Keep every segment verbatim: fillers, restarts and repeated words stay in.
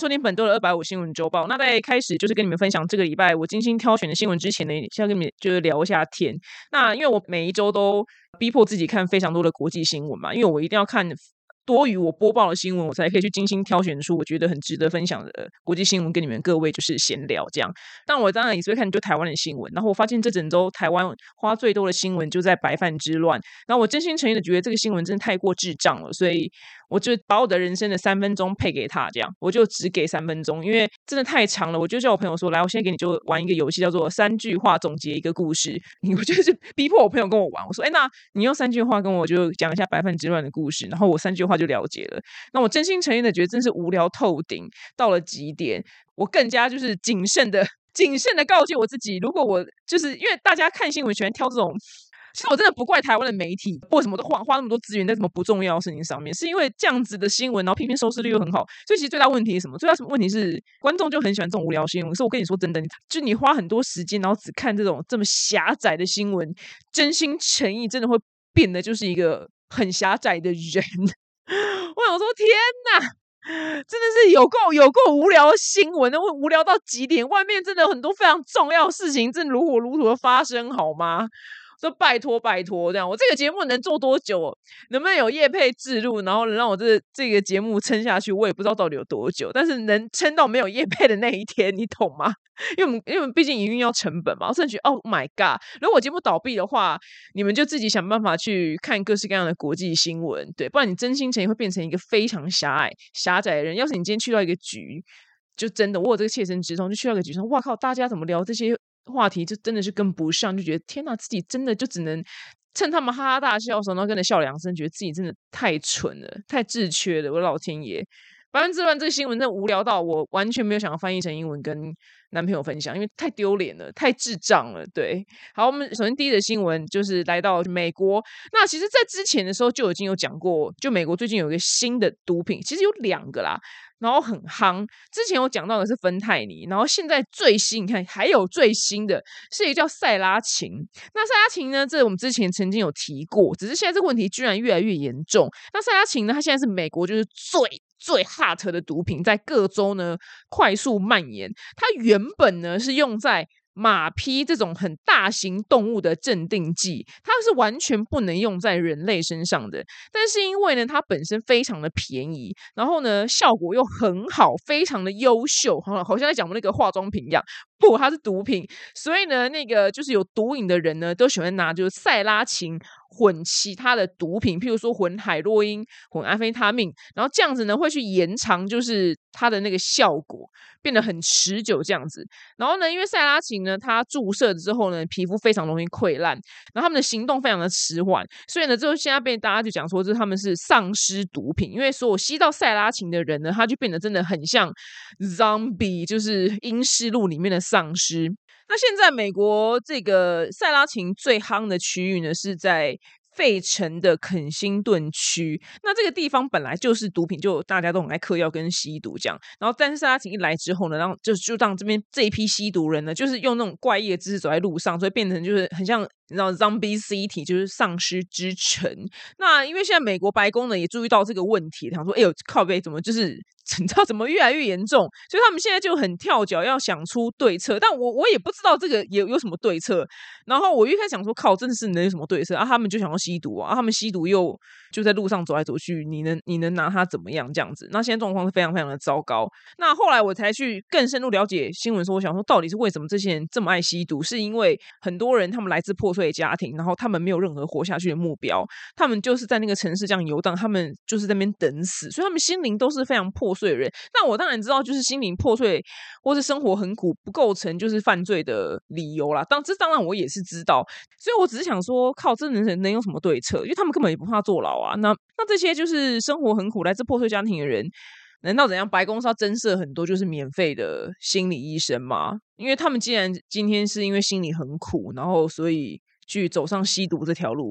收听本周的二百五新闻周报。那在开始就是跟你们分享这个礼拜我精心挑选的新闻之前呢，先跟你们就是聊一下天。那因为我每一周都逼迫自己看非常多的国际新闻嘛，因为我一定要看多于我播报的新闻，我才可以去精心挑选出我觉得很值得分享的国际新闻，跟你们各位就是闲聊这样。但我当然也是会看就台湾的新闻，然后我发现这整周台湾花最多的新闻就在白饭之乱，然后我真心诚意的觉得这个新闻真的太过智障了，所以我就把我的人生的三分钟配给他，这样我就只给三分钟，因为真的太长了。我就叫我朋友说，来，我现在给你就玩一个游戏，叫做三句话总结一个故事。我就是逼迫我朋友跟我玩，我说，哎，那你用三句话跟我就讲一下白饭之乱的故事，然后我三句话就了解了。那我真心诚意的觉得真是无聊透顶到了极点，我更加就是谨慎的谨慎的告诫我自己，如果我就是因为大家看新闻喜欢挑这种，其实我真的不怪台湾的媒体为什么都花花那么多资源在什么不重要的事情上面，是因为这样子的新闻然后偏偏收视率又很好，所以其实最大问题是什么？最大问题是观众就很喜欢这种无聊新闻。所以我跟你说真的，就你花很多时间然后只看这种这么狭窄的新闻，真心诚意真的会变得就是一个很狭窄的人。我想说天哪，真的是有够有够无聊的新闻，会无聊到极点。外面真的有很多非常重要的事情正如火如荼的发生，好吗？说拜托拜托，这样我这个节目能做多久？能不能有业配置入，然后能让我这这个节目撑下去？我也不知道到底有多久，但是能撑到没有业配的那一天，你懂吗？因为我们因为毕竟营运要成本嘛，我甚至觉得 Oh my god， 如果我节目倒闭的话，你们就自己想办法去看各式各样的国际新闻，对，不然你真心诚意会变成一个非常狭隘狭窄的人。要是你今天去到一个局，就真的我有这个切身之痛，就去到一个局上，哇靠，大家怎么聊这些话题就真的是跟不上，就觉得天哪，自己真的就只能趁他们哈哈大笑的时候，然后跟着笑两声，觉得自己真的太蠢了，太智缺了，我老天爷！百分之万这个新闻真的无聊到我完全没有想要翻译成英文跟男朋友分享，因为太丢脸了，太智障了。对，好，我们首先第一则新闻就是来到美国。那其实在之前的时候就已经有讲过，就美国最近有一个新的毒品，其实有两个啦，然后很夯。之前我讲到的是芬太尼，然后现在最新，你看还有最新的是一个叫塞拉琴。那塞拉琴呢，这我们之前曾经有提过，只是现在这个问题居然越来越严重。那塞拉琴呢，它现在是美国就是最最 hot 的毒品，在各州呢快速蔓延。它原本呢是用在马匹这种很大型动物的镇定剂，它是完全不能用在人类身上的。但是因为呢，它本身非常的便宜，然后呢效果又很好，非常的优秀，好像在讲那个化妆品一样。不，它是毒品，所以呢，那个就是有毒瘾的人呢，都喜欢拿就是塞拉琴混其他的毒品，譬如说混海洛因、混安非他命，然后这样子呢会去延长就是它的那个效果，变得很持久这样子。然后呢，因为塞拉琴呢，它注射之后呢，皮肤非常容易溃烂，然后他们的行动非常的迟缓，所以呢，就现在被大家就讲说，这他们是丧尸毒品，因为所有吸到塞拉琴的人呢，他就变得真的很像 zombie， 就是阴尸路里面的丧尸。那现在美国这个塞拉琴最夯的区域呢，是在费城的肯辛顿区。那这个地方本来就是毒品，就大家都很爱嗑药跟吸毒这样。然后但是塞拉琴一来之后呢，然后就就让这边这一批吸毒人呢，就是用那种怪异的姿势走在路上，所以变成就是很像你知道 zombie city， 就是丧尸之城。那因为现在美国白宫呢也注意到这个问题，想说哎呦靠北怎么就是你知道怎么越来越严重，所以他们现在就很跳脚要想出对策。但我我也不知道这个有有什么对策。然后我一开始想说靠真的是能有什么对策啊，他们就想要吸毒啊，他们吸毒又就在路上走来走去，你能你能拿他怎么样这样子。那现在状况是非常非常的糟糕。那后来我才去更深入了解新闻，说我想说到底是为什么这些人这么爱吸毒，是因为很多人他们来自破碎的家庭，然后他们没有任何活下去的目标，他们就是在那个城市这样游荡，他们就是在那边等死，所以他们心灵都是非常破碎的人。那我当然知道就是心灵破碎或是生活很苦不构成就是犯罪的理由啦，当这当然我也是知道，所以我只是想说靠这能能有什么对策，因为他们根本也不怕坐牢啊。那那这些就是生活很苦来自破碎家庭的人，难道怎样白宫是要增设很多就是免费的心理医生吗？因为他们既然今天是因为心里很苦，然后所以去走上吸毒这条路，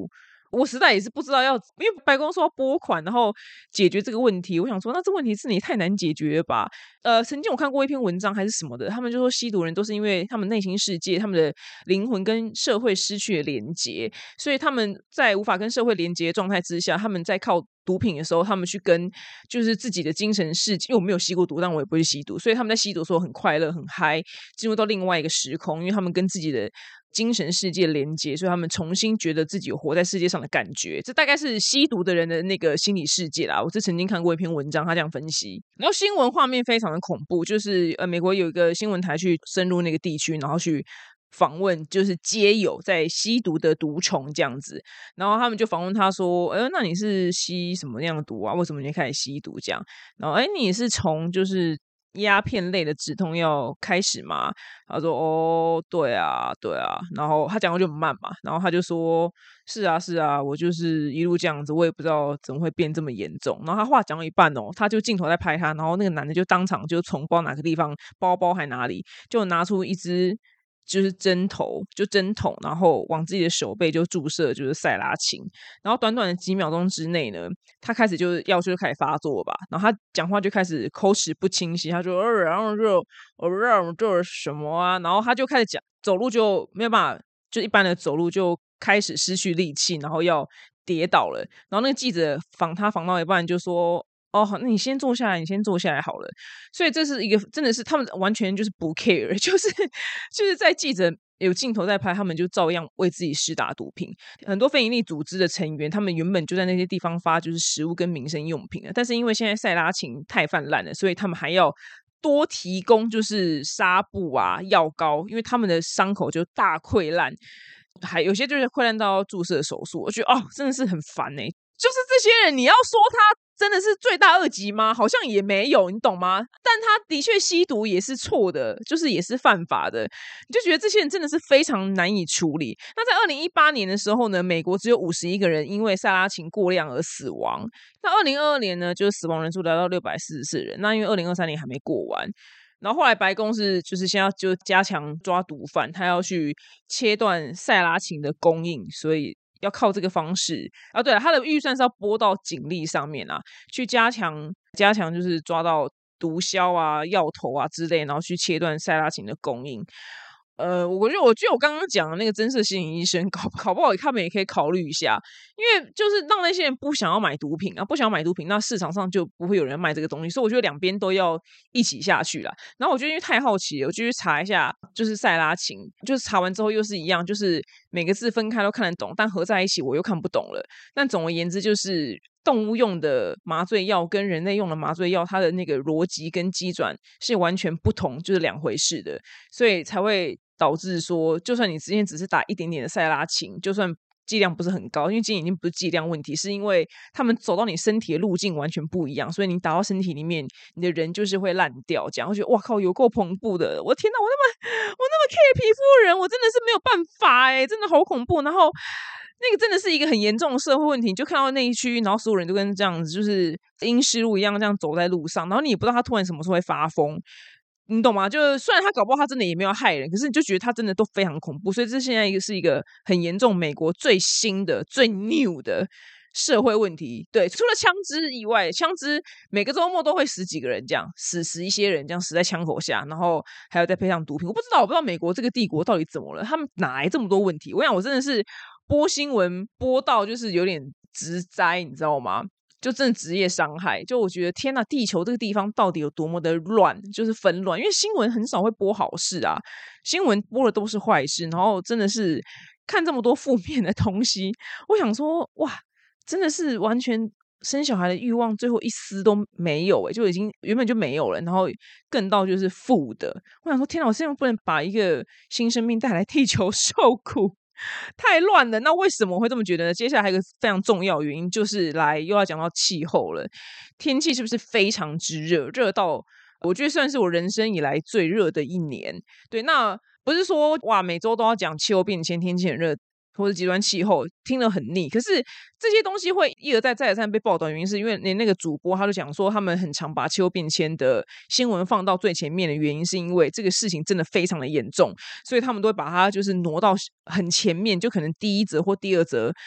我实在也是不知道要，因为白宫说要拨款，然后解决这个问题。我想说，那这问题是你太难解决了吧？呃，曾经我看过一篇文章还是什么的，他们就说吸毒人都是因为他们内心世界、他们的灵魂跟社会失去了连接，所以他们在无法跟社会连接的状态之下，他们在靠毒品的时候，他们去跟就是自己的精神世界，因为我没有吸过毒，但我也不会吸毒，所以他们在吸毒的时候很快乐、很嗨，进入到另外一个时空，因为他们跟自己的精神世界连接，所以他们重新觉得自己有活在世界上的感觉。这大概是吸毒的人的那个心理世界啦。我是曾经看过一篇文章，他这样分析。然后新闻画面非常的恐怖，就是呃，美国有一个新闻台去深入那个地区，然后去访问就是街友在吸毒的毒虫这样子，然后他们就访问他说：呃，那你是吸什么样的毒啊？为什么你开始吸毒这样？然后哎，你是从就是鸦片类的止痛药开始吗？他说：哦，对啊，对啊。然后他讲话就很慢嘛，然后他就说：是啊，是啊，我就是一路这样子，我也不知道怎么会变这么严重。然后他话讲到一半哦，他就镜头在拍他，然后那个男的就当场就从不知道哪个地方包包还哪里就拿出一支就是针头，就针筒，然后往自己的手背就注射就是塞拉琴，然后短短的几秒钟之内呢，他开始就是药就开始发作吧，然后他讲话就开始口齿不清晰，他说呃，然后就呃，然后这是什么啊？然后他就开始讲，走路就没有办法，就一般的走路就开始失去力气，然后要跌倒了。然后那个记者访他访到一半就说：哦，好，那你先坐下来，你先坐下来好了。所以这是一个真的是他们完全就是不 care，就是就是在记者有镜头在拍，他们就照样为自己施打毒品。很多非营利组织的成员，他们原本就在那些地方发就是食物跟民生用品的，但是因为现在塞拉琴太泛滥了，所以他们还要多提供就是纱布啊、药膏，因为他们的伤口就大溃烂，还有些就是溃烂到注射手术。我觉得哦，真的是很烦欸。就是这些人，你要说他真的是罪大恶极吗？好像也没有，你懂吗？但他的确吸毒也是错的，就是也是犯法的。你就觉得这些人真的是非常难以处理。那在二零一八年的时候呢，美国只有五十一个人因为塞拉琴过量而死亡。那二零二二年呢，就是死亡人数来到六百四十四人。那因为二零二三年还没过完。然后后来白宫是就是现在就加强抓毒贩，他要去切断塞拉琴的供应，所以要靠这个方式啊。对了，他的预算是要拨到警力上面啊，去加强加强就是抓到毒枭啊、药头啊之类，然后去切断塞拉琴的供应。呃，我觉得我觉得我刚刚讲的那个增设心理医生，搞搞不好他们也可以考虑一下，因为就是让那些人不想要买毒品啊，不想要买毒品，那市场上就不会有人卖这个东西，所以我觉得两边都要一起下去啦。然后我觉得因为太好奇了，我就去查一下，就是塞拉琴，就是查完之后又是一样，就是每个字分开都看得懂，但合在一起我又看不懂了。但总而言之，就是动物用的麻醉药跟人类用的麻醉药，它的那个逻辑跟机转是完全不同，就是两回事的，所以才会导致说，就算你之前只是打一点点的塞拉琴，就算剂量不是很高，因为今天已经不是剂量问题，是因为他们走到你身体的路径完全不一样，所以你打到身体里面，你的人就是会烂掉。这样我觉得哇靠，有够恐怖的！我天哪，我那么我那么 care 皮肤的人，我真的是没有办法哎、欸，真的好恐怖。然后那个真的是一个很严重的社会问题，你就看到那一区，然后所有人都跟这样子，就是阴湿路一样这样走在路上，然后你也不知道他突然什么时候会发疯。你懂吗？就虽然他搞不好他真的也没有害人，可是你就觉得他真的都非常恐怖，所以这现在一个是一个很严重美国最新的最 new 的社会问题。对，除了枪支以外，枪支每个周末都会死几个人这样，死死一些人这样死在枪口下，然后还有再配上毒品。我不知道，我不知道美国这个帝国到底怎么了，他们哪来这么多问题？我想我真的是播新闻播到就是有点直灾，你知道吗？就真的职业伤害，就我觉得天哪，地球这个地方到底有多么的乱，就是纷乱。因为新闻很少会播好事啊，新闻播的都是坏事，然后真的是看这么多负面的东西，我想说哇，真的是完全生小孩的欲望最后一丝都没有诶、欸，就已经原本就没有了，然后更到就是负的。我想说天哪，我现在不能把一个新生命带来地球受苦。太乱了，那为什么我会这么觉得呢？接下来还有一个非常重要的原因，就是来又要讲到气候了。天气是不是非常之热？热到我觉得算是我人生以来最热的一年。对，那不是说哇每周都要讲气候变迁、天气很热或者极端气候，听得很腻。可是这些东西会一而再再而三被报道，原因是因为连那个主播他就讲说，他们很常把气候变迁的新闻放到最前面的原因，是因为这个事情真的非常的严重，所以他们都会把它就是挪到很前面，就可能第一则或第二则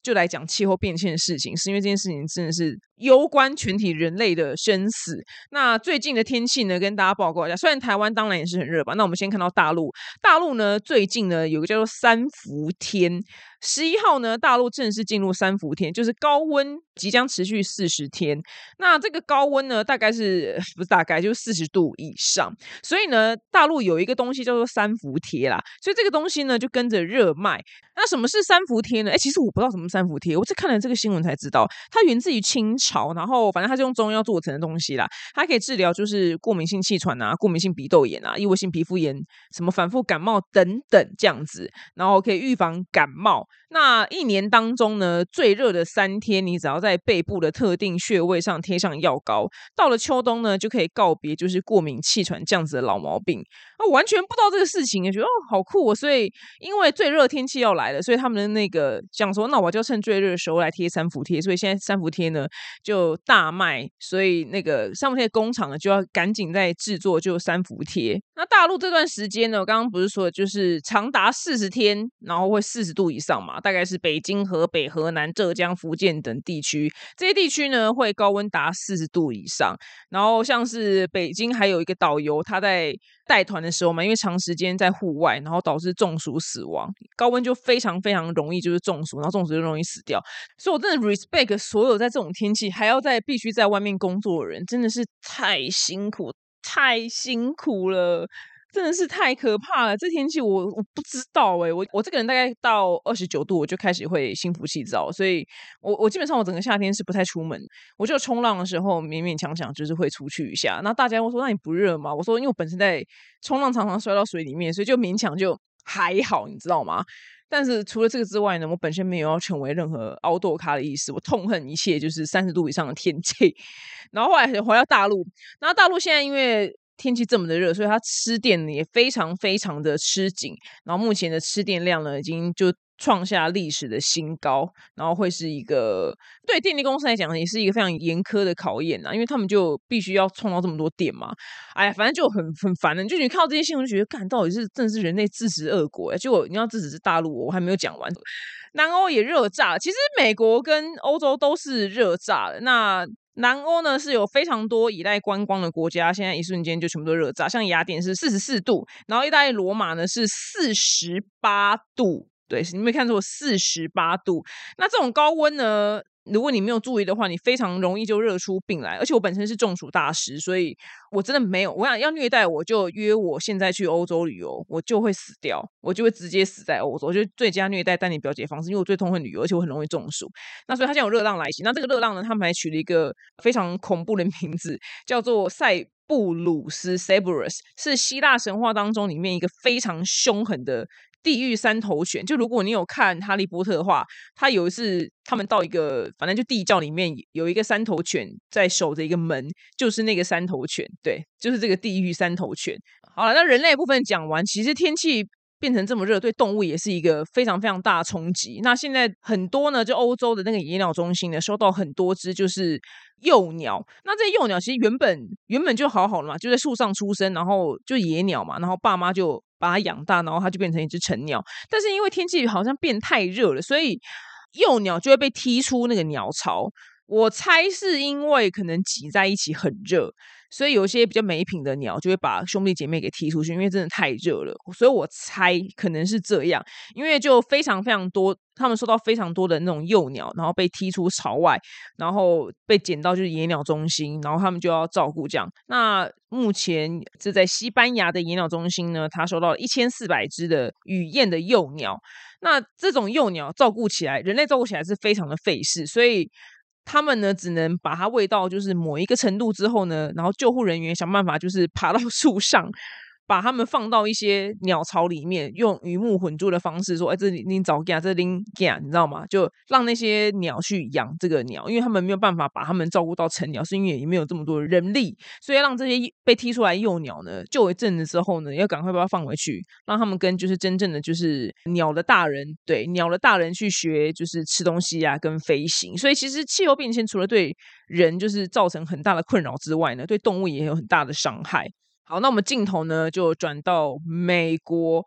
就来讲气候变迁的事情，是因为这件事情真的是攸关全体人类的生死。那最近的天气呢，跟大家报告一下，虽然台湾当然也是很热吧，那我们先看到大陆，大陆呢最近呢有个叫做三伏天，十一号呢大陆正式进入三伏天，就是高温即将持续四十天。那这个高温呢大概是不是大概就是四十度以上，所以呢大陆有一个东西叫做三伏贴啦，所以这个东西呢就跟着热卖。那什么是三伏贴呢？哎，其实我不知道什么三伏贴，我是看了这个新闻才知道，它源自于清朝，然后反正它是用中药做成的东西啦，它可以治疗就是过敏性气喘啊、过敏性鼻窦炎啊、异位性皮肤炎、什么反复感冒等等这样子，然后可以预防感冒。那一年当中呢，最热的三天，你只要在背部的特定穴位上贴上药膏，到了秋冬呢，就可以告别就是过敏气喘这样子的老毛病。我完全不知道这个事情，觉得哦好酷哦！所以因为最热天气要来了，所以他们的那个想说，那我就趁最热的时候来贴三伏贴。所以现在三伏贴呢就大卖，所以那个三伏贴工厂呢就要赶紧在制作就三伏贴。那大陆这段时间呢，我刚刚不是说就是长达四十天，然后会四十度以上嘛，大概是北京、河北、河南、浙江、福建等地区，这些地区呢会高温达四十度以上。然后像是北京还有一个导游，他在带团的时候嘛，因为长时间在户外，然后导致中暑死亡，高温就非常非常容易就是中暑，然后中暑就容易死掉。所以我真的 respect 所有在这种天气还要在必须在外面工作的人，真的是太辛苦太辛苦了，真的是太可怕了。这天气我我不知道哎、欸，我我这个人大概到二十九度我就开始会心浮气躁，所以我我基本上我整个夏天是不太出门，我就冲浪的时候勉勉强强就是会出去一下。那大家会说那你不热吗？我说因为我本身在冲浪常常摔到水里面，所以就勉强就还好，你知道吗？但是除了这个之外呢，我本身没有要成为任何 outdoor 咖的意思，我痛恨一切就是三十度以上的天气。然后后来回到大陆，然后大陆现在因为天气这么的热，所以它吃电也非常非常的吃紧，然后目前的吃电量呢已经就创下历史的新高，然后会是一个对电力公司来讲也是一个非常严苛的考验啊，因为他们就必须要创造这么多电嘛。哎呀，反正就很很烦的，就你看到这些新闻就觉得干到底是真的是人类自食恶果、欸、结果你要这只是大陆，我还没有讲完。南欧也热炸，其实美国跟欧洲都是热炸的。那南欧呢是有非常多依赖观光的国家，现在一瞬间就全部都热炸，像雅典是四十四度，然后意大利罗马呢是四十八度，对，你没看错，四十八度。那这种高温呢，如果你没有注意的话，你非常容易就热出病来。而且我本身是中暑大师，所以我真的没有，我想要虐待我就约我现在去欧洲旅游，我就会死掉，我就会直接死在欧洲。我觉得最佳虐待丹尼表姐方式，因为我最痛恨旅游，而且我很容易中暑。那所以它现在有热浪来袭，那这个热浪呢，他们还取了一个非常恐怖的名字，叫做塞布鲁斯 （Cerberus）， 是希腊神话当中里面一个非常凶狠的地狱三头犬。就如果你有看哈利波特的话，他有一次他们到一个反正就地窖里面有一个三头犬在守着一个门，就是那个三头犬，对，就是这个地狱三头犬。好了，那人类部分讲完，其实天气变成这么热，对动物也是一个非常非常大的冲击。那现在很多呢，就欧洲的那个野鸟中心呢，收到很多只就是幼鸟。那这些幼鸟其实原本原本就好好的嘛，就在树上出生，然后就野鸟嘛，然后爸妈就把它养大，然后它就变成一只成鸟。但是因为天气好像变太热了，所以幼鸟就会被踢出那个鸟巢。我猜是因为可能挤在一起很热，所以有一些比较没品的鸟就会把兄弟姐妹给踢出去，因为真的太热了。所以我猜可能是这样，因为就非常非常多，他们收到非常多的那种幼鸟，然后被踢出巢外，然后被捡到就是野鸟中心，然后他们就要照顾这样。那目前是在西班牙的野鸟中心呢，他收到了一千四百只的雨燕的幼鸟。那这种幼鸟照顾起来，人类照顾起来是非常的费事，所以他们呢只能把它喂到就是某一个程度之后呢，然后救护人员想办法就是爬到树上，把它们放到一些鸟巢里面，用鱼目混珠的方式说，哎，这拎早给这拎给，你知道吗？就让那些鸟去养这个鸟，因为他们没有办法把它们照顾到成鸟，是因为也没有这么多人力，所以要让这些被踢出来幼鸟呢，救一阵子之后呢，要赶快把它放回去，让他们跟就是真正的就是鸟的大人，对鸟的大人去学就是吃东西啊，跟飞行。所以其实气候变迁除了对人就是造成很大的困扰之外呢，对动物也有很大的伤害。好，那我们镜头呢就转到美国。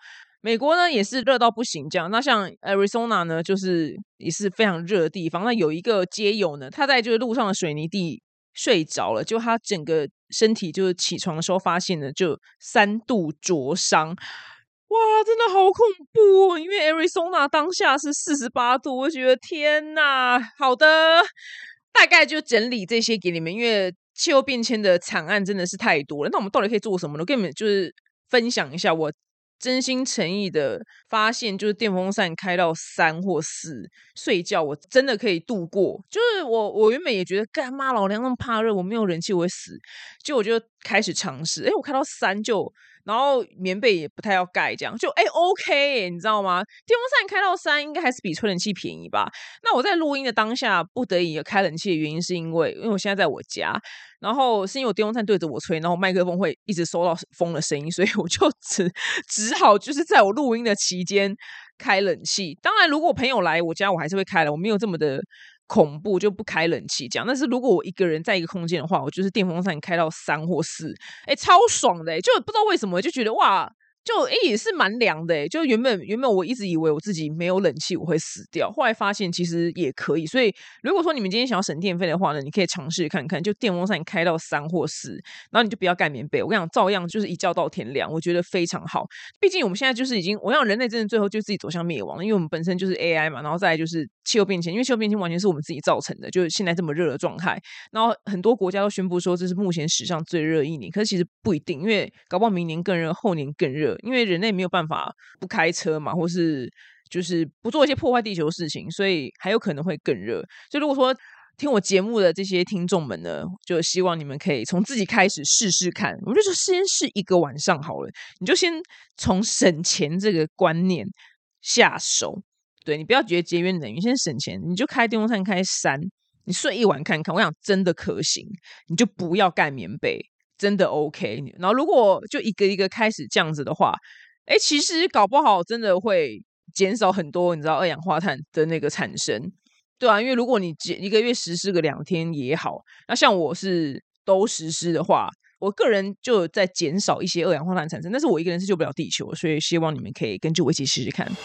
美国呢也是热到不行这样。那像 Arizona 呢，就是也是非常热的地方。那有一个街友呢，他在就是路上的水泥地睡着了，就他整个身体就是起床的时候发现呢，就三度灼伤。哇，真的好恐怖哦！因为 Arizona 当下是四十八度，我觉得天哪。好的，大概就整理这些给你们，因为气候变迁的惨案真的是太多了。那我们到底可以做什么呢？我跟你们就是分享一下我真心诚意的发现，就是电风扇开到三或四，睡觉我真的可以度过。就是我我原本也觉得干妈老娘那么怕热，我没有人气我会死，结果我就开始尝试，哎，我开到三就。然后棉被也不太要盖，这样就哎 OK 耶，你知道吗？电风扇开到三应该还是比吹冷气便宜吧？那我在录音的当下不得已开冷气的原因是因为，因为我现在在我家，然后是因为我电风扇对着我吹，然后麦克风会一直收到风的声音，所以我就只只好就是在我录音的期间开冷气。当然，如果朋友来我家，我还是会开了，我没有这么的恐怖就不开冷气这样。但是如果我一个人在一个空间的话，我就是电风扇开到三或四，哎，超爽的，就不知道为什么就觉得哇，就哎也是蛮凉的。就原本原本我一直以为我自己没有冷气我会死掉，后来发现其实也可以。所以如果说你们今天想要省电费的话呢，你可以尝试看看，就电风扇开到三或四，然后你就不要盖棉被，我跟你讲照样就是一觉到天亮，我觉得非常好。毕竟我们现在就是已经，我想人类真的最后就自己走向灭亡，因为我们本身就是 A I 嘛，然后再来就是气候变迁，因为气候变迁完全是我们自己造成的，就是现在这么热的状态。然后很多国家都宣布说这是目前史上最热一年，可是其实不一定，因为搞不好明年更热，后年更热，因为人类没有办法不开车嘛，或是就是不做一些破坏地球的事情，所以还有可能会更热。所以如果说听我节目的这些听众们呢，就希望你们可以从自己开始试试看。我就说先试一个晚上好了，你就先从省钱这个观念下手。对，你不要觉得节约能源，先省钱，你就开电风扇开三，你睡一晚看看，我想真的可行，你就不要盖棉被，真的 OK。然后如果就一个一个开始这样子的话，哎，其实搞不好真的会减少很多你知道二氧化碳的那个产生。对啊，因为如果你一个月实施个两天也好，那像我是都实施的话，我个人就在减少一些二氧化碳产生，但是我一个人是救不了地球，所以希望你们可以跟着我一起试试看。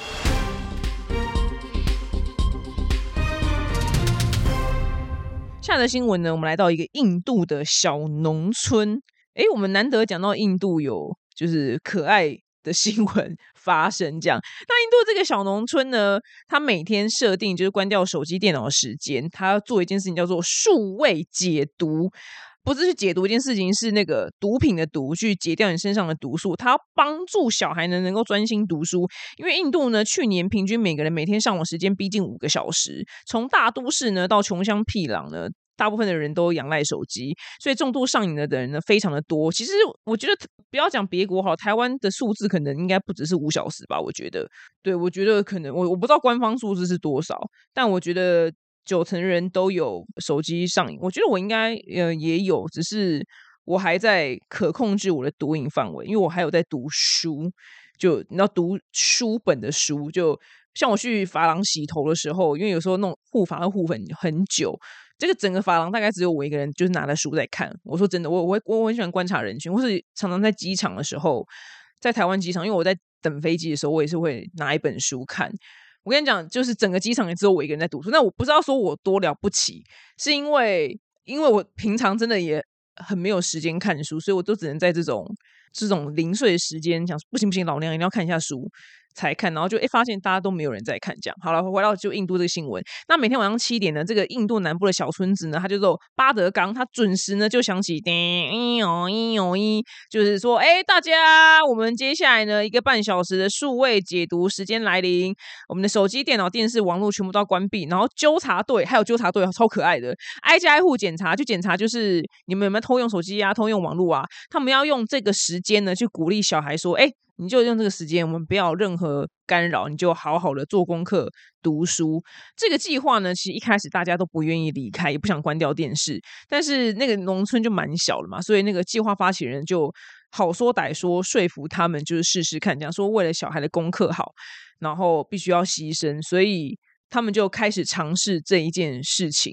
下的新闻呢，我们来到一个印度的小农村。诶，我们难得讲到印度有就是可爱的新闻发生这样。那印度这个小农村呢，他每天设定就是关掉手机电脑的时间，他要做一件事情叫做数位解毒。不是去解毒一件事情，是那个毒品的毒，去解掉你身上的毒素。他要帮助小孩呢能够专心读书，因为印度呢去年平均每个人每天上网时间逼近五个小时，从大都市呢到穷乡僻壤呢，大部分的人都仰赖手机，所以重度上瘾的人呢非常的多。其实我觉得不要讲别国好，台湾的数字可能应该不只是五小时吧。我觉得，对，我觉得可能我我不知道官方数字是多少，但我觉得九成人都有手机上瘾。我觉得我应该呃也有，只是我还在可控制我的毒瘾范围，因为我还有在读书，就你知道读书本的书，就像我去发廊洗头的时候，因为有时候弄护发会护很很久。这个整个发廊大概只有我一个人，就是拿着书在看。我说真的，我我我很喜欢观察人群，或是常常在机场的时候，在台湾机场，因为我在等飞机的时候，我也是会拿一本书看。我跟你讲，就是整个机场也只有我一个人在读书。那我不知道说我多了不起，是因为因为我平常真的也很没有时间看书，所以我都只能在这种这种零碎的时间讲不行不行，老娘一定要看一下书才看。然后就哎发现大家都没有人在看，这样好了。回到就印度这个新闻，那每天晚上七点呢，这个印度南部的小村子呢，它叫做巴德冈，它准时呢就响起叮哟嘤哟嘤，就是说哎大家，我们接下来呢一个半小时的数位解读时间来临，我们的手机、电脑、电视、网络全部都要关闭，然后纠察队还有纠察队超可爱的，挨家挨户检查，就检查就是你们有没有偷用手机啊、偷用网络啊，他们要用这个时间呢去鼓励小孩说，哎。你就用这个时间，我们不要任何干扰，你就好好的做功课、读书。这个计划呢，其实一开始大家都不愿意离开，也不想关掉电视。但是那个农村就蛮小了嘛，所以那个计划发起人就好说歹说，说服他们就是试试看，讲说为了小孩的功课好，然后必须要牺牲，所以他们就开始尝试这一件事情。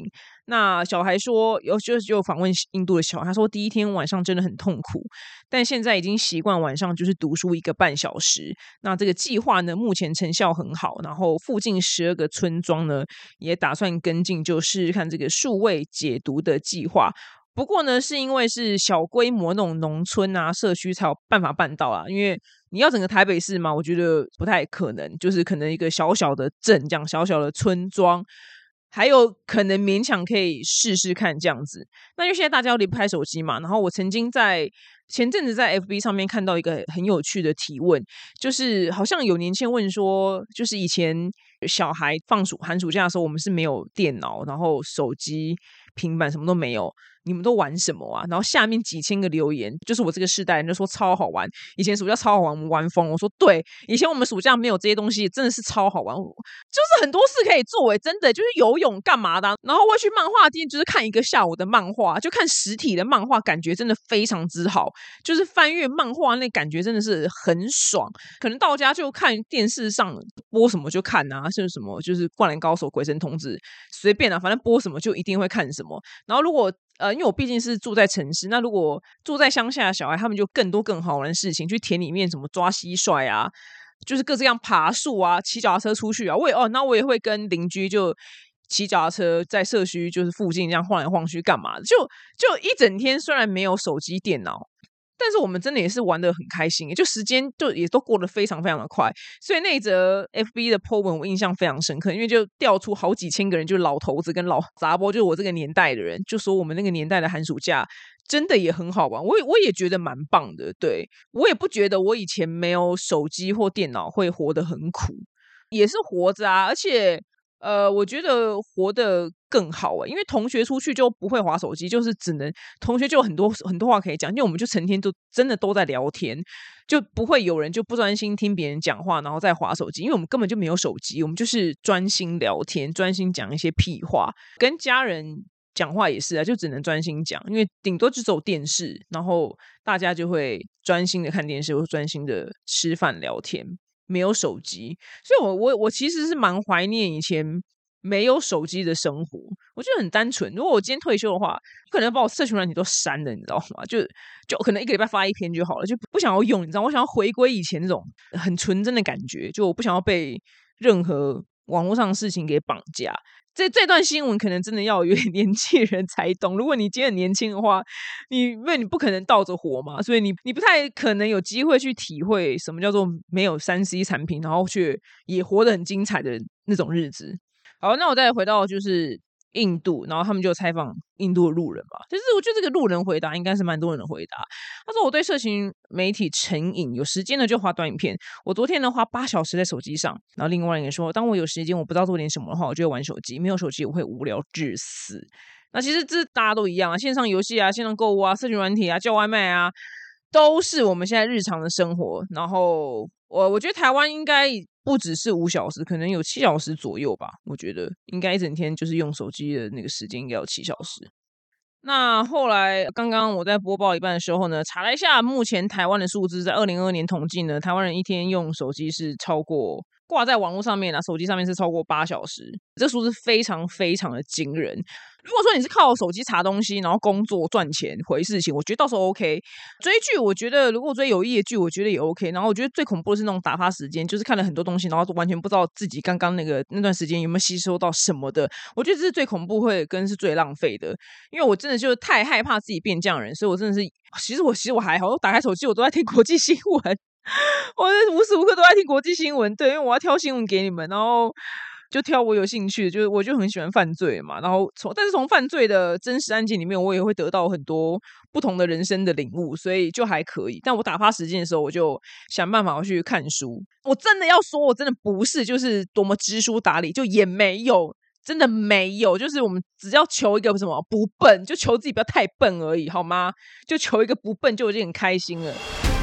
那小孩说，有就就访问印度的小孩，他说第一天晚上真的很痛苦，但现在已经习惯晚上就是读书一个半小时。那这个计划呢，目前成效很好，然后附近十二个村庄呢也打算跟进，就试试看这个数位解读的计划。不过呢，是因为是小规模那种农村啊社区才有办法办到啊，因为你要整个台北市嘛，我觉得不太可能，就是可能一个小小的镇这样，小小的村庄，还有可能勉强可以试试看这样子。那因为现在大家都离不开手机嘛，然后我曾经在前阵子在 F B 上面看到一个很有趣的提问，就是好像有年轻人问说，就是以前小孩放暑寒暑假的时候，我们是没有电脑，然后手机、平板什么都没有，你们都玩什么啊？然后下面几千个留言，就是我这个世代人就说超好玩，以前暑假超好玩，我们玩疯了。我说对，以前我们暑假没有这些东西，真的是超好玩，就是很多事可以做诶，真的就是游泳干嘛的啊，然后我去漫画店就是看一个下午的漫画，就看实体的漫画，感觉真的非常之好。就是翻阅漫画那感觉真的是很爽，可能到家就看电视上播什么就看啊，是什么就是灌篮高手、鬼神童子，随便啊，反正播什么就一定会看什么。然后如果呃，因为我毕竟是住在城市，那如果住在乡下的小孩，他们就更多更好玩的事情，去田里面什么抓蟋蟀啊，就是各式各样爬树啊，骑脚踏车出去啊。我也哦，那我也会跟邻居就骑脚踏车在社区就是附近这样晃来晃去干嘛的，就就一整天虽然没有手机电脑，但是我们真的也是玩得很开心，就时间就也都过得非常非常的快。所以那一则 F B 的 po 文我印象非常深刻，因为就调出好几千个人，就是老头子跟老杂波，就是我这个年代的人，就说我们那个年代的寒暑假真的也很好玩，我也我也觉得蛮棒的。对，我也不觉得我以前没有手机或电脑会活得很苦，也是活着啊，而且呃，我觉得活得更好欸，因为同学出去就不会滑手机，就是只能同学就有很多很多话可以讲，因为我们就成天都真的都在聊天，就不会有人就不专心听别人讲话，然后再滑手机，因为我们根本就没有手机，我们就是专心聊天，专心讲一些屁话，跟家人讲话也是啊，就只能专心讲，因为顶多就只有电视，然后大家就会专心的看电视或专心的吃饭聊天。没有手机，所以我我我其实是蛮怀念以前没有手机的生活，我觉得很单纯。如果我今天退休的话，可能把我社群软体都删了，你知道吗？就就可能一个礼拜发一篇就好了，就不想要用，你知道，我想要回归以前那种很纯真的感觉，就我不想要被任何网络上的事情给绑架。这这段新闻可能真的要有点年纪人才懂。如果你今天很年轻的话，你因为你不可能倒着活嘛，所以你你不太可能有机会去体会什么叫做没有 三 C 产品，然后却也活得很精彩的那种日子。好，那我再回到就是印度，然后他们就采访印度的路人嘛。其实我觉得这个路人回答应该是蛮多人的回答。他说我对社群媒体成瘾，有时间呢就滑短影片。我昨天呢花八小时在手机上。然后另外一个人说，当我有时间我不知道做点什么的话，我就会玩手机。没有手机我会无聊致死。那其实这大家都一样啊，线上游戏啊、线上购物啊、社群软体啊、叫外卖啊，都是我们现在日常的生活。然后我我觉得台湾应该不只是五小时，可能有七小时左右吧。我觉得应该一整天就是用手机的那个时间应该有七小时。那后来刚刚我在播报一半的时候呢，查了一下目前台湾的数字，在二零二二年统计呢，台湾人一天用手机是超过挂在网络上面啊，手机上面是超过八小时，这数字非常非常的惊人。如果说你是靠手机查东西，然后工作赚钱回事情，我觉得到时候 OK。追剧，我觉得如果追有意义的剧，我觉得也 OK。然后我觉得最恐怖的是那种打发时间，就是看了很多东西，然后完全不知道自己刚刚那个那段时间有没有吸收到什么的。我觉得这是最恐怖，会跟是最浪费的。因为我真的就是太害怕自己变这样的人，所以我真的是，其实我其实我还好，我打开手机我都在听国际新闻。我无时无刻都在听国际新闻，对，因为我要挑新闻给你们，然后就挑我有兴趣的，就是我就很喜欢犯罪嘛，然后从但是从犯罪的真实案件里面，我也会得到很多不同的人生的领悟，所以就还可以。但我打发时间的时候，我就想办法要去看书。我真的要说，我真的不是就是多么知书达理，就也没有。真的没有，就是我们只要求一个什么不笨，就求自己不要太笨而已，好吗？就求一个不笨，就已经很开心了。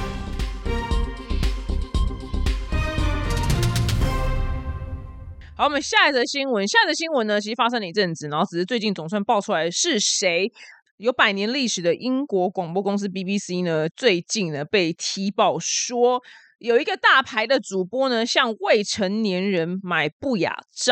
好，我们下一则新闻。下一则新闻呢，其实发生了一阵子，然后只是最近总算爆出来是谁。有百年历史的英国广播公司 B B C 呢，最近呢被踢爆说，有一个大牌的主播呢向未成年人买不雅照。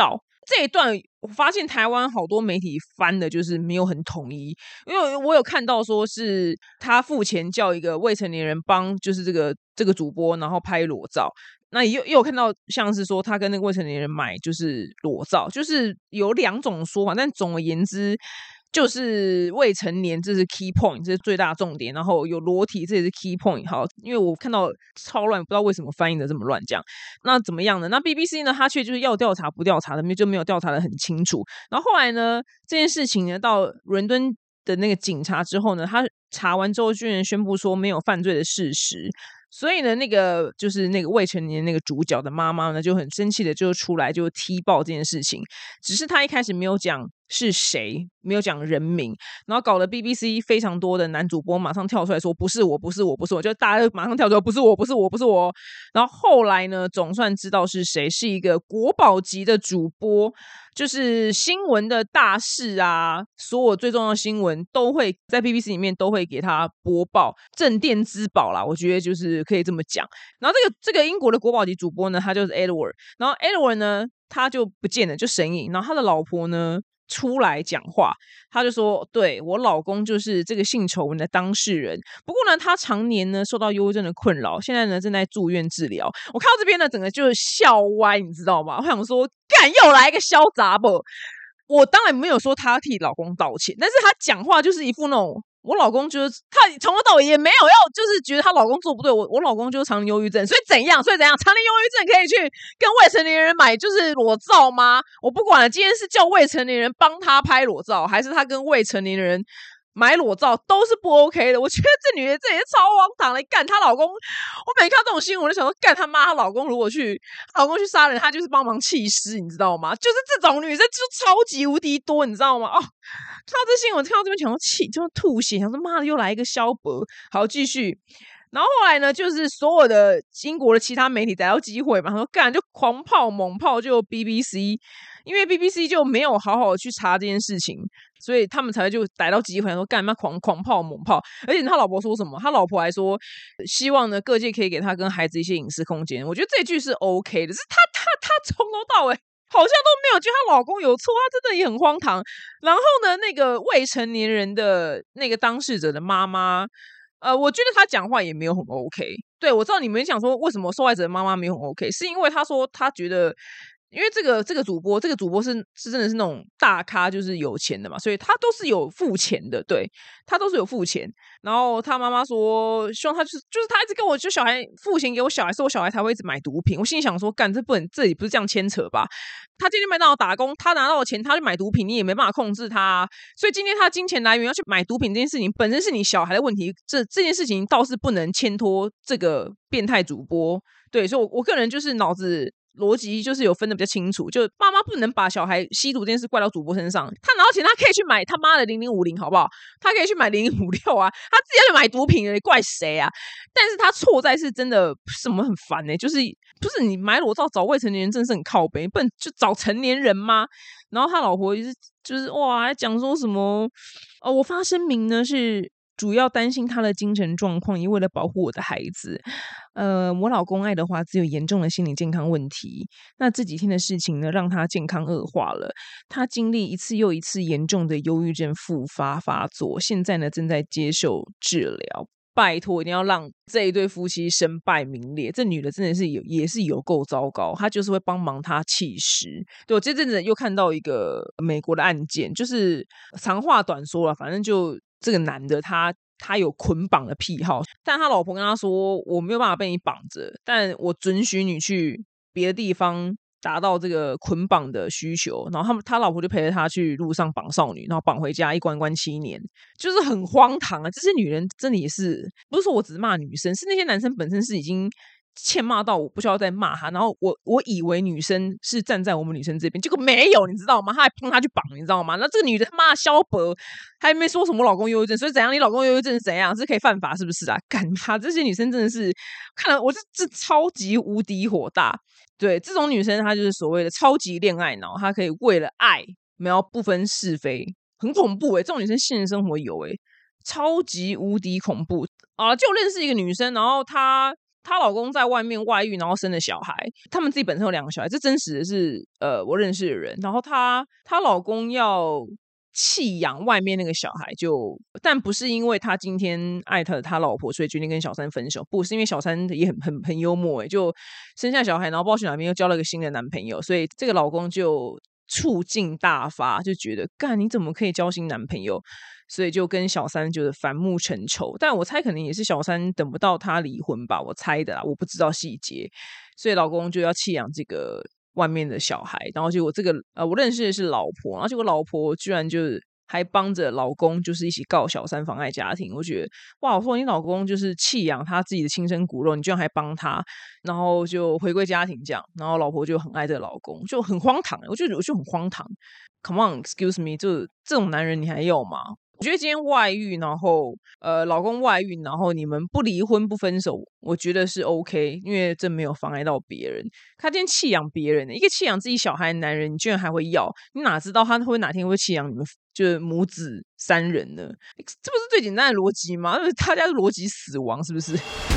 这一段我发现台湾好多媒体翻的就是没有很统一，因为我有看到说是他付钱叫一个未成年人帮就是这个这个主播然后拍裸照，那也有也有看到像是说他跟那个未成年人买就是裸照，就是有两种说法，但总而言之就是未成年这是 key point， 这是最大重点，然后有裸体这也是 key point。 好，因为我看到超乱，不知道为什么翻译的这么乱这样。那怎么样呢？那 B B C 呢他却就是要调查不调查的，就没有调查的很清楚。然后后来呢这件事情呢到伦敦的那个警察之后呢，他查完之后居然宣布说没有犯罪的事实，所以呢那个就是那个未成年那个主角的妈妈呢就很生气的就出来就踢爆这件事情，只是他一开始没有讲是谁，没有讲人名，然后搞得 B B C 非常多的男主播马上跳出来说不是我不是我不是我，就大家马上跳出来不是我不是我不是我。然后后来呢总算知道是谁，是一个国宝级的主播，就是新闻的大事啊，所有最重要的新闻都会在 B B C 里面都会给他播报，镇店之宝啦，我觉得就是可以这么讲。然后这个这个英国的国宝级主播呢他就是 Edward， 然后 Edward 呢他就不见了，就神隐，然后他的老婆呢出来讲话，他就说对，我老公就是这个性丑闻的当事人，不过呢他常年呢受到忧郁症的困扰，现在呢正在住院治疗。我看到这边呢整个就是笑歪，你知道吗？我想说干又来一个小杂不，我当然没有说他替老公道歉，但是他讲话就是一副那种我老公就是他从头到尾也没有要就是觉得她老公做不对，我我老公就是常年忧郁症，所以怎样所以怎样常年忧郁症可以去跟未成年人买就是裸照吗？我不管了，今天是叫未成年人帮他拍裸照，还是他跟未成年人买裸照，都是不 OK 的。我觉得这女的这也是超荒唐的，干她老公，我每看到这种新闻我就想说干他妈，她老公如果去她老公去杀人，她就是帮忙弃尸，你知道吗？就是这种女生就超级无敌多，你知道吗？哦，看到这新闻看到这边想说气就吐血，想说妈的又来一个萧伯。好，继续。然后后来呢就是所有的英国的其他媒体逮到机会嘛，说干就狂炮猛炮就 B B C， 因为 B B C 就没有好好去查这件事情，所以他们才会就逮到机会说干嘛狂狂炮猛炮。而且他老婆说什么，他老婆还说希望呢各界可以给他跟孩子一些隐私空间，我觉得这句是 OK 的，是他他他从头到尾好像都没有觉得她老公有错，她真的也很荒唐。然后呢那个未成年人的那个当事者的妈妈呃，我觉得她讲话也没有很 OK。 对，我知道你们想说为什么受害者的妈妈没有很 OK， 是因为她说她觉得因为这个这个主播这个主播是是真的是那种大咖，就是有钱的嘛，所以他都是有付钱的，对，他都是有付钱。然后他妈妈说希望他就是就是他一直跟我就小孩付钱给我小孩，所以我小孩才会一直买毒品。我心里想说干这不能这里不是这样牵扯吧，他今天麦当劳打工，他拿到的钱他去买毒品，你也没办法控制他啊。所以今天他金钱来源要去买毒品这件事情本身是你小孩的问题，这这件事情倒是不能牵拖这个变态主播。对，所以我我个人就是脑子逻辑就是有分的比较清楚，就爸妈不能把小孩吸毒这件事怪到主播身上。他拿到钱他可以去买他妈的零零五零好不好，他可以去买零零五六啊，他自己要去买毒品了，怪谁啊？但是他错在是真的什么很烦欸，就是不是你买裸照找未成年人真的是很靠北，不能就找成年人吗？然后他老婆就是就是哇还讲说什么哦，我发声明呢是主要担心他的精神状况，也为了保护我的孩子。呃，我老公爱德华只有严重的心理健康问题，那这几天的事情呢，让他健康恶化了。他经历一次又一次严重的忧郁症复发发作，现在呢正在接受治疗。拜托，一定要让这一对夫妻身败名裂。这女的真的是有也是有够糟糕，她就是会帮忙他弃尸。对，我这阵子又看到一个美国的案件，就是长话短说了，反正就这个男的他他有捆绑的癖好，但他老婆跟他说我没有办法被你绑着，但我准许你去别的地方达到这个捆绑的需求。然后他们他老婆就陪着他去路上绑少女，然后绑回家一关关七年，就是很荒唐啊。这些女人真的也是不是说我只是骂女生，是那些男生本身是已经欠骂到我不需要再骂他，然后我我以为女生是站在我们女生这边，结果没有，你知道吗？他还帮他去绑，你知道吗？那这个女的他妈萧伯还没说什么老公忧郁症，所以怎样？你老公忧郁症是怎样？是可以犯法是不是啊？干嘛？这些女生真的是看了我这这超级无敌火大。对，这种女生她就是所谓的超级恋爱脑，她可以为了爱没有不分是非，很恐怖诶、欸、这种女生现实生活有诶、欸、超级无敌恐怖啊！就认识一个女生，然后她她老公在外面外遇，然后生了小孩，他们自己本身有两个小孩，这真实的是呃我认识的人。然后她她老公要弃养外面那个小孩就，但不是因为他今天爱他他老婆所以决定跟小三分手，不是因为小三也很很很幽默诶，就生下小孩，然后不知道去哪边又交了一个新的男朋友，所以这个老公就醋劲大发，就觉得干你怎么可以交新男朋友，所以就跟小三就是反目成仇。但我猜可能也是小三等不到他离婚吧，我猜的啦，我不知道细节，所以老公就要弃养这个外面的小孩，然后结果这个呃我认识的是老婆，然后结果老婆居然就是还帮着老公就是一起告小三妨碍家庭。我觉得哇，我说你老公就是弃养他自己的亲生骨肉，你居然还帮他，然后就回归家庭这样，然后老婆就很爱这个老公，就很荒唐，我就我就很荒唐。 Come on excuse me， 就这种男人你还要吗？我觉得今天外遇，然后呃，老公外遇，然后你们不离婚不分手，我觉得是 OK， 因为这没有妨碍到别人。他今天弃养别人，一个弃养自己小孩的男人，你居然还会要，你哪知道他会哪天会弃养你们就是母子三人呢？这不是最简单的逻辑吗？大家的逻辑死亡是不是？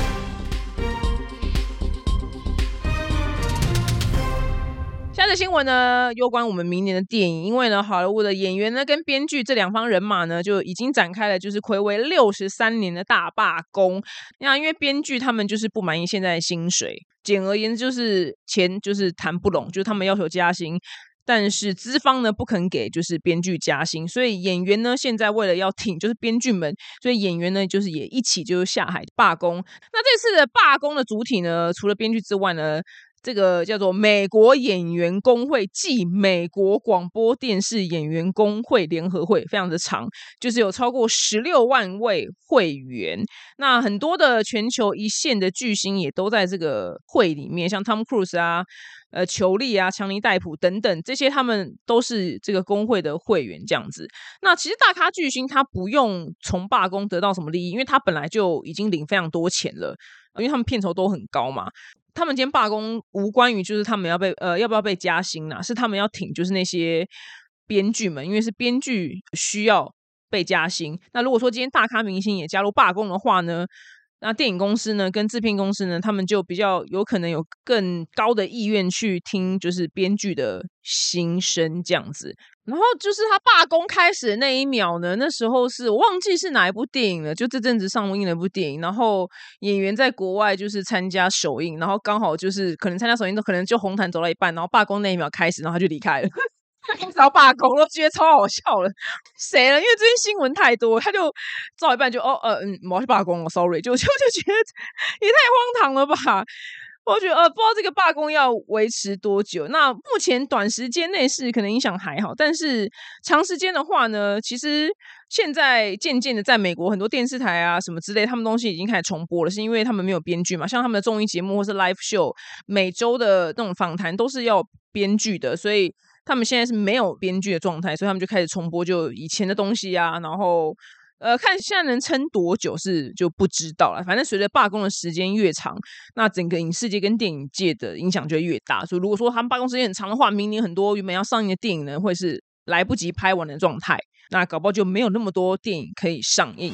下一则新闻呢，有关我们明年的电影，因为呢，好莱坞的演员呢跟编剧这两方人马呢，就已经展开了就是睽违六十三年的大罢工。那因为编剧他们就是不满意现在的薪水，简而言之就是钱就是谈不拢，就是他们要求加薪，但是资方呢不肯给就是编剧加薪，所以演员呢现在为了要挺就是编剧们，所以演员呢就是也一起就是下海罢工。那这次的罢工的主体呢，除了编剧之外呢，这个叫做美国演员工会暨美国广播电视演员工会联合会，非常的长，就是有超过十六万位会员。那很多的全球一线的巨星也都在这个会里面，像 Tom Cruise 啊、呃裘丽啊、强尼戴普等等，这些他们都是这个工会的会员这样子。那其实大咖巨星他不用从罢工得到什么利益，因为他本来就已经领非常多钱了，因为他们片酬都很高嘛。他们今天罢工无关于就是他们要被呃要不要被加薪啊，是他们要挺就是那些编剧们，因为是编剧需要被加薪。那如果说今天大咖明星也加入罢工的话呢，那电影公司呢跟制片公司呢，他们就比较有可能有更高的意愿去听就是编剧的心声这样子。然后就是他罢工开始的那一秒呢，那时候是我忘记是哪一部电影了，就这阵子上映了一部电影，然后演员在国外就是参加首映，然后刚好就是可能参加首映都可能就红毯走到一半，然后罢工那一秒开始，然后他就离开了。开始要罢工了，觉得超好笑了。谁了？因为最近新闻太多，他就照一半就哦呃嗯，我要去罢工了 ，sorry，就就就觉得也太荒唐了吧。我觉得呃，不知道这个罢工要维持多久。那目前短时间内是可能影响还好，但是长时间的话呢，其实现在渐渐的在美国很多电视台啊什么之类，他们东西已经开始重播了，是因为他们没有编剧嘛，像他们的综艺节目或是 live show， 每周的那种访谈都是要编剧的，所以他们现在是没有编剧的状态，所以他们就开始重播就以前的东西啊，然后呃，看现在能撑多久是就不知道了。反正随着罢工的时间越长，那整个影视界跟电影界的影响就会越大。所以如果说他们罢工时间很长的话，明年很多原本要上映的电影呢，会是来不及拍完的状态，那搞不好就没有那么多电影可以上映。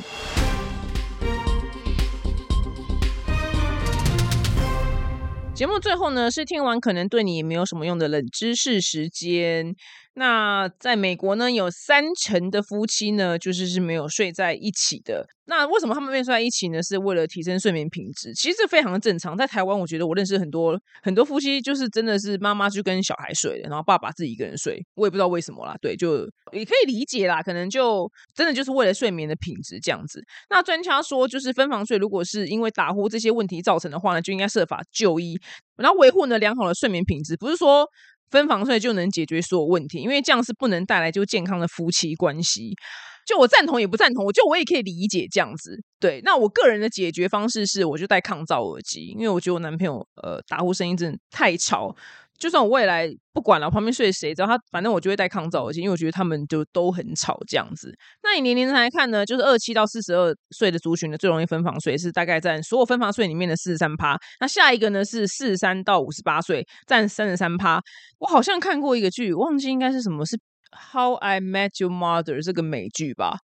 节目最后呢，是听完可能对你也没有什么用的冷知识时间。那在美国呢，有三成的夫妻呢，就是是没有睡在一起的。那为什么他们没有睡在一起呢？是为了提升睡眠品质。其实这非常的正常。在台湾，我觉得我认识很多很多夫妻，就是真的是妈妈就跟小孩睡了，然后爸爸自己一个人睡。我也不知道为什么啦，对，就也可以理解啦，可能就真的就是为了睡眠的品质这样子。那专家说，就是分房睡，如果是因为打呼这些问题造成的话呢，就应该设法就医，然后维护呢良好的睡眠品质。不是说分房睡就能解决所有问题，因为这样是不能带来就健康的夫妻关系。就我赞同也不赞同，我就我也可以理解这样子。对，那我个人的解决方式是，我就戴抗噪耳机，因为我觉得我男朋友呃打呼声音真的太吵。就算我未来不管了，旁边睡谁，只要他，反正我就会戴抗噪耳机，因为我觉得他们就都很吵这样子。那以年龄来看呢，就是二十七到四十二岁的族群的最容易分房睡，是大概占所有分房睡里面的 百分之四十三。那下一个呢是四十三到五十八岁，占 百分之三十三。我好像看过一个剧，忘记应该是什么，是 How I Met Your Mother 这个美剧吧。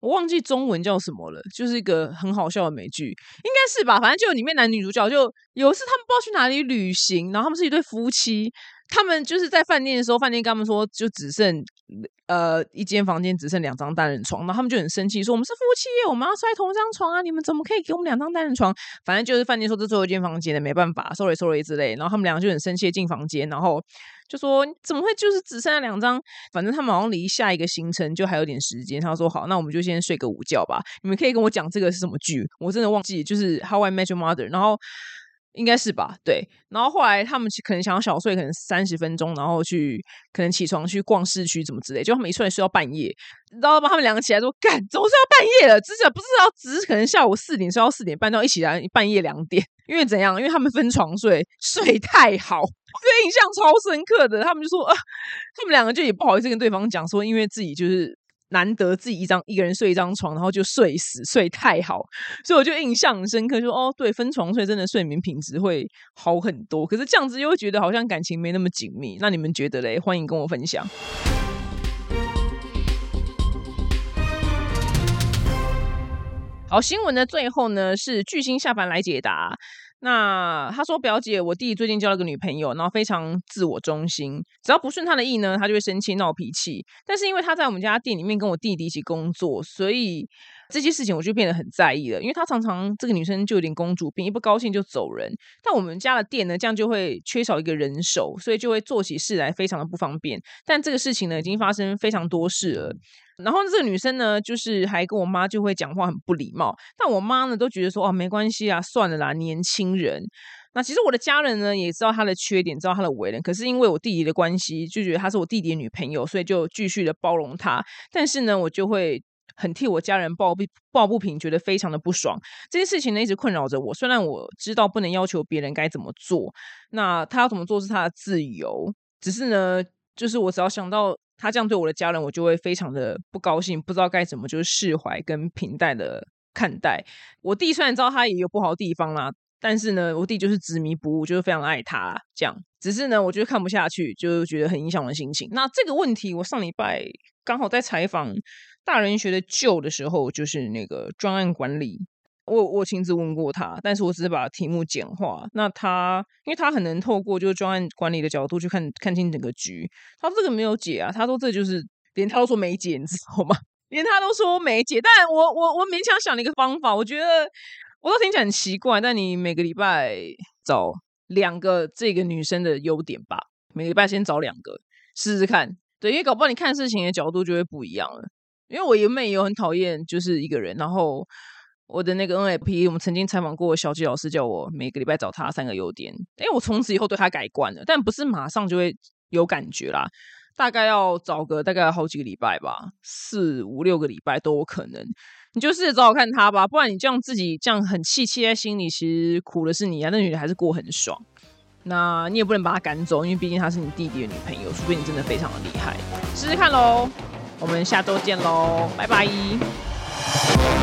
我忘记中文叫什么了，就是一个很好笑的美剧，应该是吧？反正就里面男女主角就有一次他们不知道去哪里旅行，然后他们是一对夫妻，他们就是在饭店的时候，饭店跟他们说就只剩呃一间房间只剩两张单人床，然后他们就很生气说我们是夫妻耶，我们要睡同一张床啊，你们怎么可以给我们两张单人床？反正就是饭店说这最后一间房间的没办法 ，sorry sorry 之类，然后他们两个就很生气进房间，然后就说怎么会就是只剩下两张？反正他们好像离下一个行程就还有点时间。他说好，那我们就先睡个午觉吧。你们可以跟我讲这个是什么剧？我真的忘记，就是 How I Met Your Mother。然后应该是吧，对。然后后来他们可能想要小睡，可能三十分钟，然后去可能起床去逛市区怎么之类。就他们一出来睡到半夜，你知道吗？他们两个起来说干，怎么睡到半夜了？之前不是要只是可能下午四点睡到四点半，然后一起来半夜两点。因为怎样？因为他们分床睡，睡太好，我对印象超深刻的。他们就说啊，他们两个就也不好意思跟对方讲说，因为自己就是难得自己一张一个人睡一张床，然后就睡死，睡太好，所以我就印象很深刻，就说哦，对，分床睡真的睡眠品质会好很多。可是这样子又会觉得好像感情没那么紧密，那你们觉得嘞？欢迎跟我分享。好，新闻的最后呢是巨星下凡来解答。那他说表姐我弟最近交了个女朋友，然后非常自我中心，只要不顺他的意呢他就会生气闹脾气，但是因为他在我们家店里面跟我弟弟一起工作，所以这些事情我就变得很在意了。因为他常常这个女生就有点公主病，一不高兴就走人，但我们家的店呢这样就会缺少一个人手，所以就会做起事来非常的不方便。但这个事情呢已经发生非常多事了，然后这个女生呢就是还跟我妈就会讲话很不礼貌，但我妈呢都觉得说哦没关系啊，算了啦，年轻人。那其实我的家人呢也知道她的缺点，知道她的为人，可是因为我弟弟的关系就觉得她是我弟弟的女朋友，所以就继续的包容她。但是呢我就会很替我家人抱不抱不平，觉得非常的不爽。这件事情呢一直困扰着我，虽然我知道不能要求别人该怎么做，那他要怎么做是他的自由，只是呢就是我只要想到他这样对我的家人，我就会非常的不高兴，不知道该怎么就是释怀跟平淡的看待。我弟虽然知道他也有不好的地方啦，但是呢我弟就是执迷不悟，就是非常爱他这样，只是呢我就看不下去，就觉得很影响我的心情。那这个问题我上礼拜刚好在采访大人学的旧的时候，就是那个专案管理，我我亲自问过他，但是我只是把题目简化。那他因为他很能透过就是专案管理的角度去看看清整个局，他说这个没有解啊，他说这就是连他都说没解，你知道吗？连他都说没解，但我我我勉强想了一个方法，我觉得我都听起来很奇怪，但你每个礼拜找两个这个女生的优点吧，每个礼拜先找两个试试看，对，因为搞不好你看事情的角度就会不一样了。因为我原本也有很讨厌就是一个人，然后我的那个 N F P 我们曾经采访过小纪老师，叫我每个礼拜找他三个优点，因为我从此以后对他改观了，但不是马上就会有感觉啦，大概要找个大概好几个礼拜吧，四五六个礼拜都有可能。你就试着找找看他吧，不然你这样自己这样很气气在心里，其实苦的是你啊，那女的还是过很爽。那你也不能把她赶走，因为毕竟她是你弟弟的女朋友，除非你真的非常的厉害，试试看咯。我们下周见咯，拜拜。